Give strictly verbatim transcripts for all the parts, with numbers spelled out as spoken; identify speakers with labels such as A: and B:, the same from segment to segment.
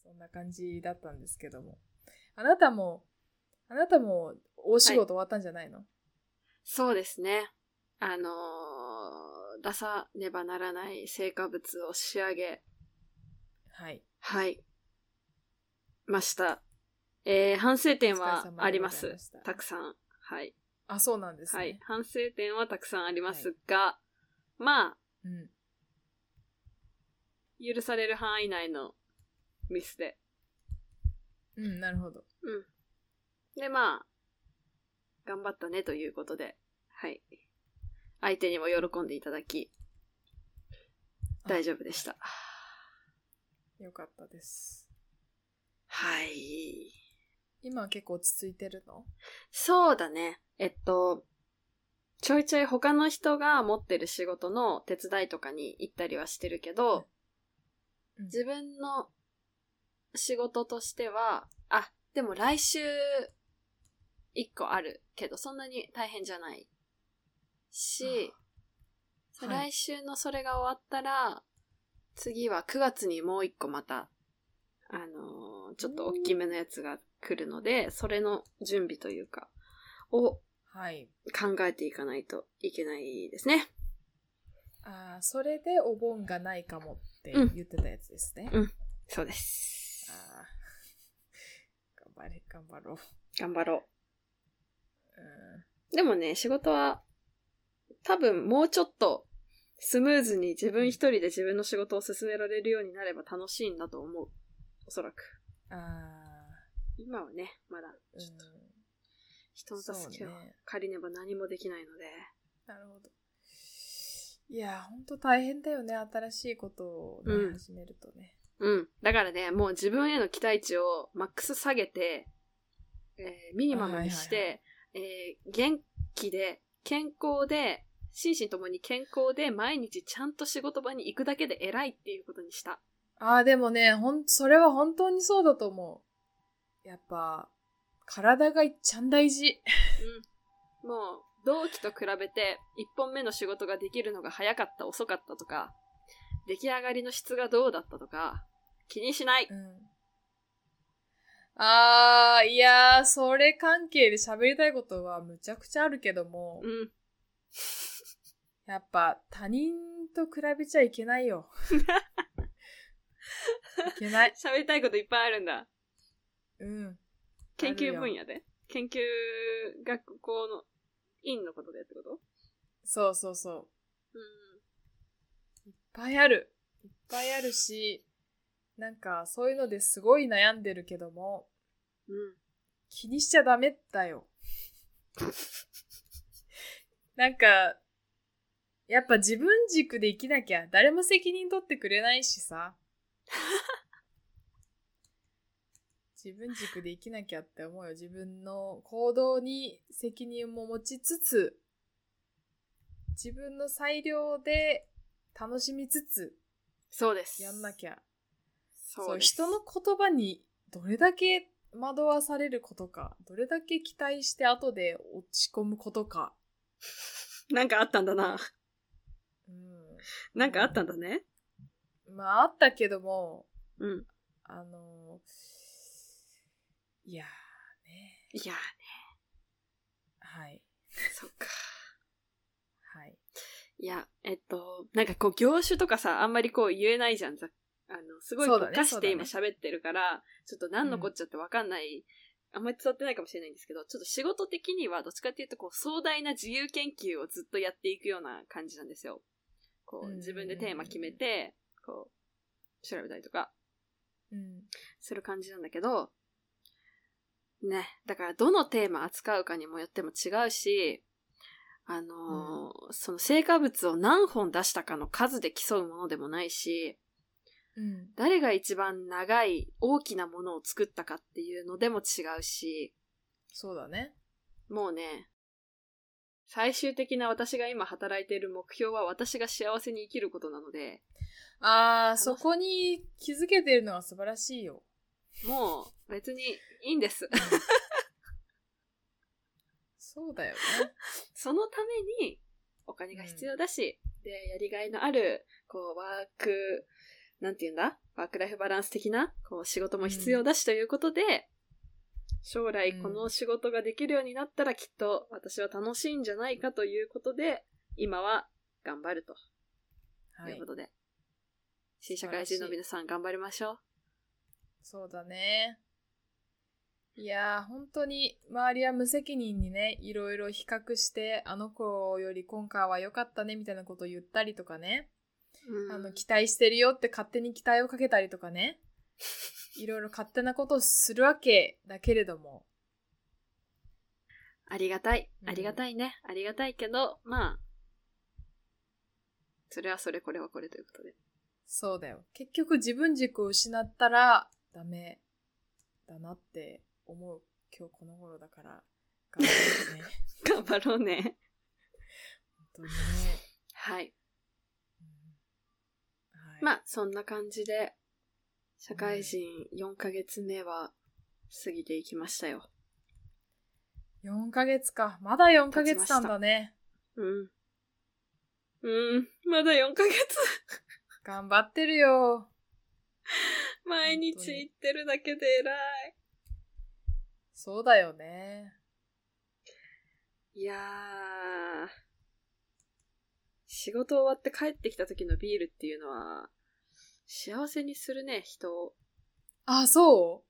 A: そんな感じだったんですけども。あなたも、あなたもお仕事終わったんじゃないの？はい、
B: そうですね。あのー、出さねばならない成果物を仕上げ。
A: はい。
B: はい。ました。えー、反省点はあります。たたくさん。はい。
A: あ、そうなんですね。
B: はい。反省点はたくさんありますが、はい、まあ、うん、許される範囲内のミスで。
A: うん、なるほど。
B: うん。で、まあ、頑張ったねということで、はい。相手にも喜んでいただき、大丈夫でした。
A: よかったです。
B: はい。
A: 今は結構落ち着いてるの？
B: そうだね。えっと、ちょいちょい他の人が持ってる仕事の手伝いとかに行ったりはしてるけど、うん、自分の仕事としては、あ、でも来週一個あるけど、そんなに大変じゃないし、はい、来週のそれが終わったら、次はくがつにもう一個また、あのー、ちょっと大きめのやつが来るので、それの準備というか、を考えていかないといけないですね。
A: ああ、それでお盆がないかもって言ってたやつですね。
B: うん、うん、そうです。
A: あ頑張れ、頑張ろう。
B: 頑張ろう。うん、でもね、仕事は多分もうちょっとスムーズに自分一人で自分の仕事を進められるようになれば楽しいんだと思う。おそらく。あ今はね、まだちょっと人の助けを借りねば何もできないので。
A: なるほど。いや、ほんと大変だよね。新しいことを、ね、うん、始めるとね。
B: うん。だからね、もう自分への期待値をマックス下げて、えー、ミニマムにして、はいはいはい、えー、元気で、健康で、心身ともに健康で毎日ちゃんと仕事場に行くだけで偉いっていうことにした。
A: ああ、でもね、ほん、それは本当にそうだと思う。やっぱ、体がいっちゃん大事。
B: うん。もう、同期と比べていっぽんめの仕事ができるのが早かった遅かったとか、出来上がりの質がどうだったとか、気にしない。うん、
A: あー、いやー、それ関係で喋りたいことはむちゃくちゃあるけども、うん、やっぱ他人と比べちゃいけないよ。いけない。
B: 喋りたいこといっぱいあるんだ。
A: うん。
B: 研究分野で研究学校の院のことでってこと？
A: そうそうそう。うん。いっぱいある。いっぱいあるし、なんかそういうのですごい悩んでるけども、うん、気にしちゃダメだよ。なんか、やっぱ自分軸で生きなきゃ誰も責任取ってくれないしさ。自分軸で生きなきゃって思うよ。自分の行動に責任も持ちつつ、自分の裁量で楽しみつつ、
B: そうです。
A: やんなきゃ。
B: そう
A: です。そう、人の言葉にどれだけ惑わされることか、どれだけ期待して後で落ち込むことか。
B: なんかあったんだな。うん。なんかあったんだね。
A: まああったけども、
B: うん。
A: あの、いやーね。
B: いやーね。
A: はい。
B: そっか。
A: はい。
B: いや、えっと、なんかこう業種とかさ、あんまりこう言えないじゃん。あの、すごいぼかして今喋ってるから、ね、ちょっと何のこっちゃってわかんない、うん、あんまり伝わってないかもしれないんですけど、ちょっと仕事的にはどっちかっていうとこう壮大な自由研究をずっとやっていくような感じなんですよ。こう自分でテーマ決めて、こう、調べたりとか、うん、する感じなんだけど、ね、だからどのテーマ扱うかにもよっても違うし、あのーうん、その成果物を何本出したかの数で競うものでもないし、うん、誰が一番長い大きなものを作ったかっていうのでも違うし、
A: そうだね。
B: もうね、最終的な私が今働いている目標は私が幸せに生きることなので、
A: あー、そこに気づけてるのは素晴らしいよ。
B: もう別にいいんです。
A: そうだよね。
B: そのためにお金が必要だし、うん、で、やりがいのある、こう、ワーク、なんていうんだ？ ワークライフバランス的なこう仕事も必要だしということで、うん、将来この仕事ができるようになったらきっと私は楽しいんじゃないかということで、今は頑張るということで、はい、新社会人の皆さん頑張りましょう。
A: そうだね。いやー、本当に周りは無責任にね、いろいろ比較して、あの子より今回は良かったねみたいなことを言ったりとかね、うん、あの期待してるよって勝手に期待をかけたりとかね、いろいろ勝手なことをするわけだけれども、
B: ありがたい、ありがたいね、うん、ありがたいけど、まあそれはそれ、これはこれということで。
A: そうだよ。結局自分軸を失ったらダメだなって思う今日この頃だから頑張ろうね。
B: 頑張ろうね。
A: 本当にね。
B: はい。うんはい、まあそんな感じで社会人よんかげつめは過ぎていきましたよ。
A: よんかげつか。まだよんかげつなんだね。
B: うん。うん。まだよんかげつ。
A: 頑張ってるよ。
B: 毎日行ってるだけで偉い。
A: そうだよね。
B: いやー。仕事終わって帰ってきた時のビールっていうのは、幸せにするね、人を。
A: あ、そう？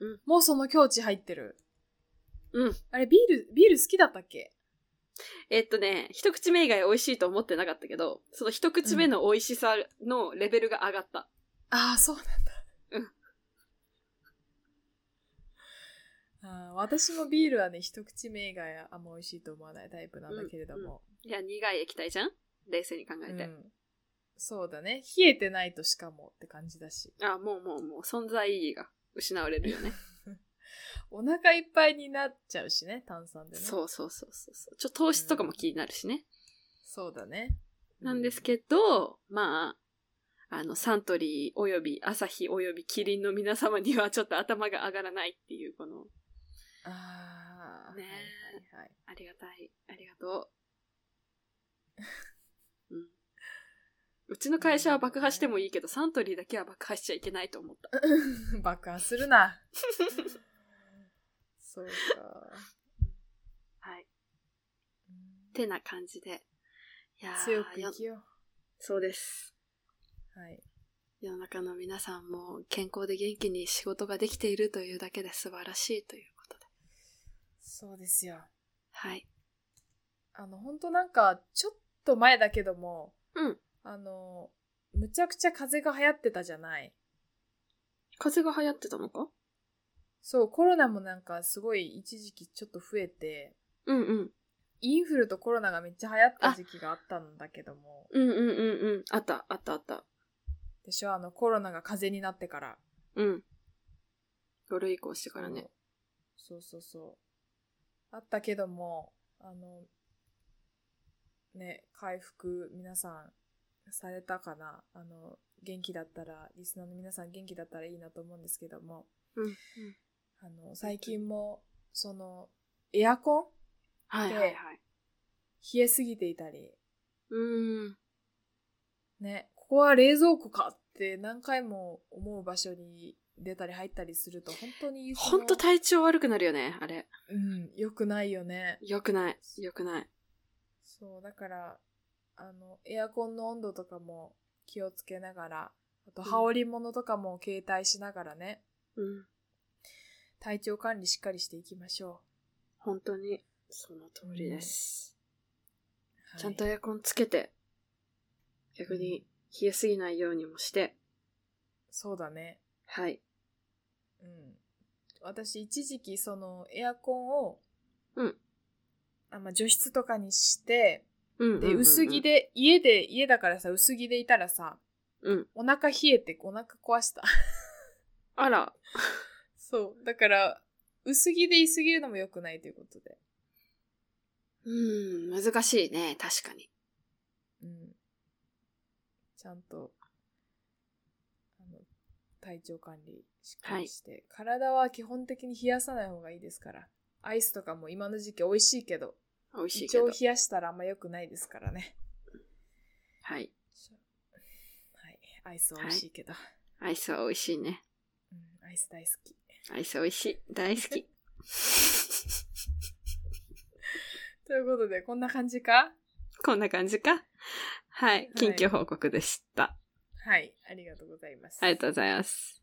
A: うん。もうその境地入ってる。
B: うん。
A: あれ、ビール、ビール好きだったっけ？
B: えっとね、一口目以外美味しいと思ってなかったけど、その一口目の美味しさのレベルが上がった。うん、
A: ああ、そうなんだ。
B: うん。
A: あ私もビールはね、一口目以外あんま美味しいと思わないタイプなんだけれども。うんうん、
B: いや、苦い液体じゃん？冷静に考えて、うん。
A: そうだね。冷えてないとしかもって感じだし。
B: あ、もうもうもう存在意義が失われるよね。
A: お腹いっぱいになっちゃうしね、炭酸でね。
B: そうそうそうそう。ちょっと糖質とかも気になるしね。うん、
A: そうだね。
B: なんですけど、まあ、あの、サントリーおよびアサヒおよびキリンの皆様にはちょっと頭が上がらないっていう、この。
A: ああ。
B: ねえ、はいはいはい。ありがたい。ありがとう。うん。うちの会社は爆破してもいいけど、サントリーだけは爆破しちゃいけないと思った。
A: 爆破するな。そうか。
B: はい。ってな感じで。いや
A: 強く生きよう。
B: そうです。
A: はい。
B: 世の中の皆さんも健康で元気に仕事ができているというだけで素晴らしいということで。
A: そうですよ。
B: はい。
A: あの、ほんとなんか、ちょっと前だけども、
B: うん。
A: あの、むちゃくちゃ風邪が流行ってたじゃない。
B: 風邪が流行ってたのか？
A: そう、コロナもなんかすごい一時期ちょっと増えて、
B: うんうん。
A: インフルとコロナがめっちゃ流行った時期があったんだけども。
B: うんうんうんうん。あった、あったあった。
A: でしょ、あのコロナが風邪になってから。
B: うん。ご類移行してからね。
A: そうそうそう。あったけども、あの、ね、回復皆さんされたかな。あの、元気だったら、リスナーの皆さん元気だったらいいなと思うんですけども。
B: うん、うん
A: あの最近もそのエアコン
B: はいはいはい
A: 冷えすぎていたり、
B: うーん
A: ね、ここは冷蔵庫かって何回も思う場所に出たり入ったりすると本当に
B: 本当体調悪くなるよね、あれ。
A: うん良くないよね。
B: 良くない良くない。
A: そうだからあのエアコンの温度とかも気をつけながら、あと羽織物とかも携帯しながらね、
B: うん
A: 体調管理しっかりしていきましょう。
B: 本当にその通りです、
A: うん、
B: ちゃんとエアコンつけて逆に冷えすぎないようにもして。
A: そうだね。
B: はい。
A: うん。私一時期そのエアコンを、
B: うん。
A: あまあ、除湿とかにして、
B: うんうんうんうん、
A: で薄着で家で家だからさ薄着でいたらさ、
B: うん、
A: お腹冷えてお腹壊した。
B: あら。
A: そうだから薄着でいすぎるのも良くないということで。
B: うーん難しいね確かに。
A: うん。ちゃんとあの体調管理しっかりして、はい、体は基本的に冷やさない方がいいですから。アイスとかも今の時期美味しいけど、
B: 美味しいけど
A: 胃腸を冷やしたらあんま良くないですからね。
B: はい。
A: はい。アイスは美味しいけど。
B: はアイスは美味しいね。
A: うん、アイス大好き。
B: アイス美味しい。大好き。
A: ということで、こんな感じか？
B: こんな感じか？はい。近況報告でした。
A: はい。はい、ありがとうございます。
B: ありがとうございます。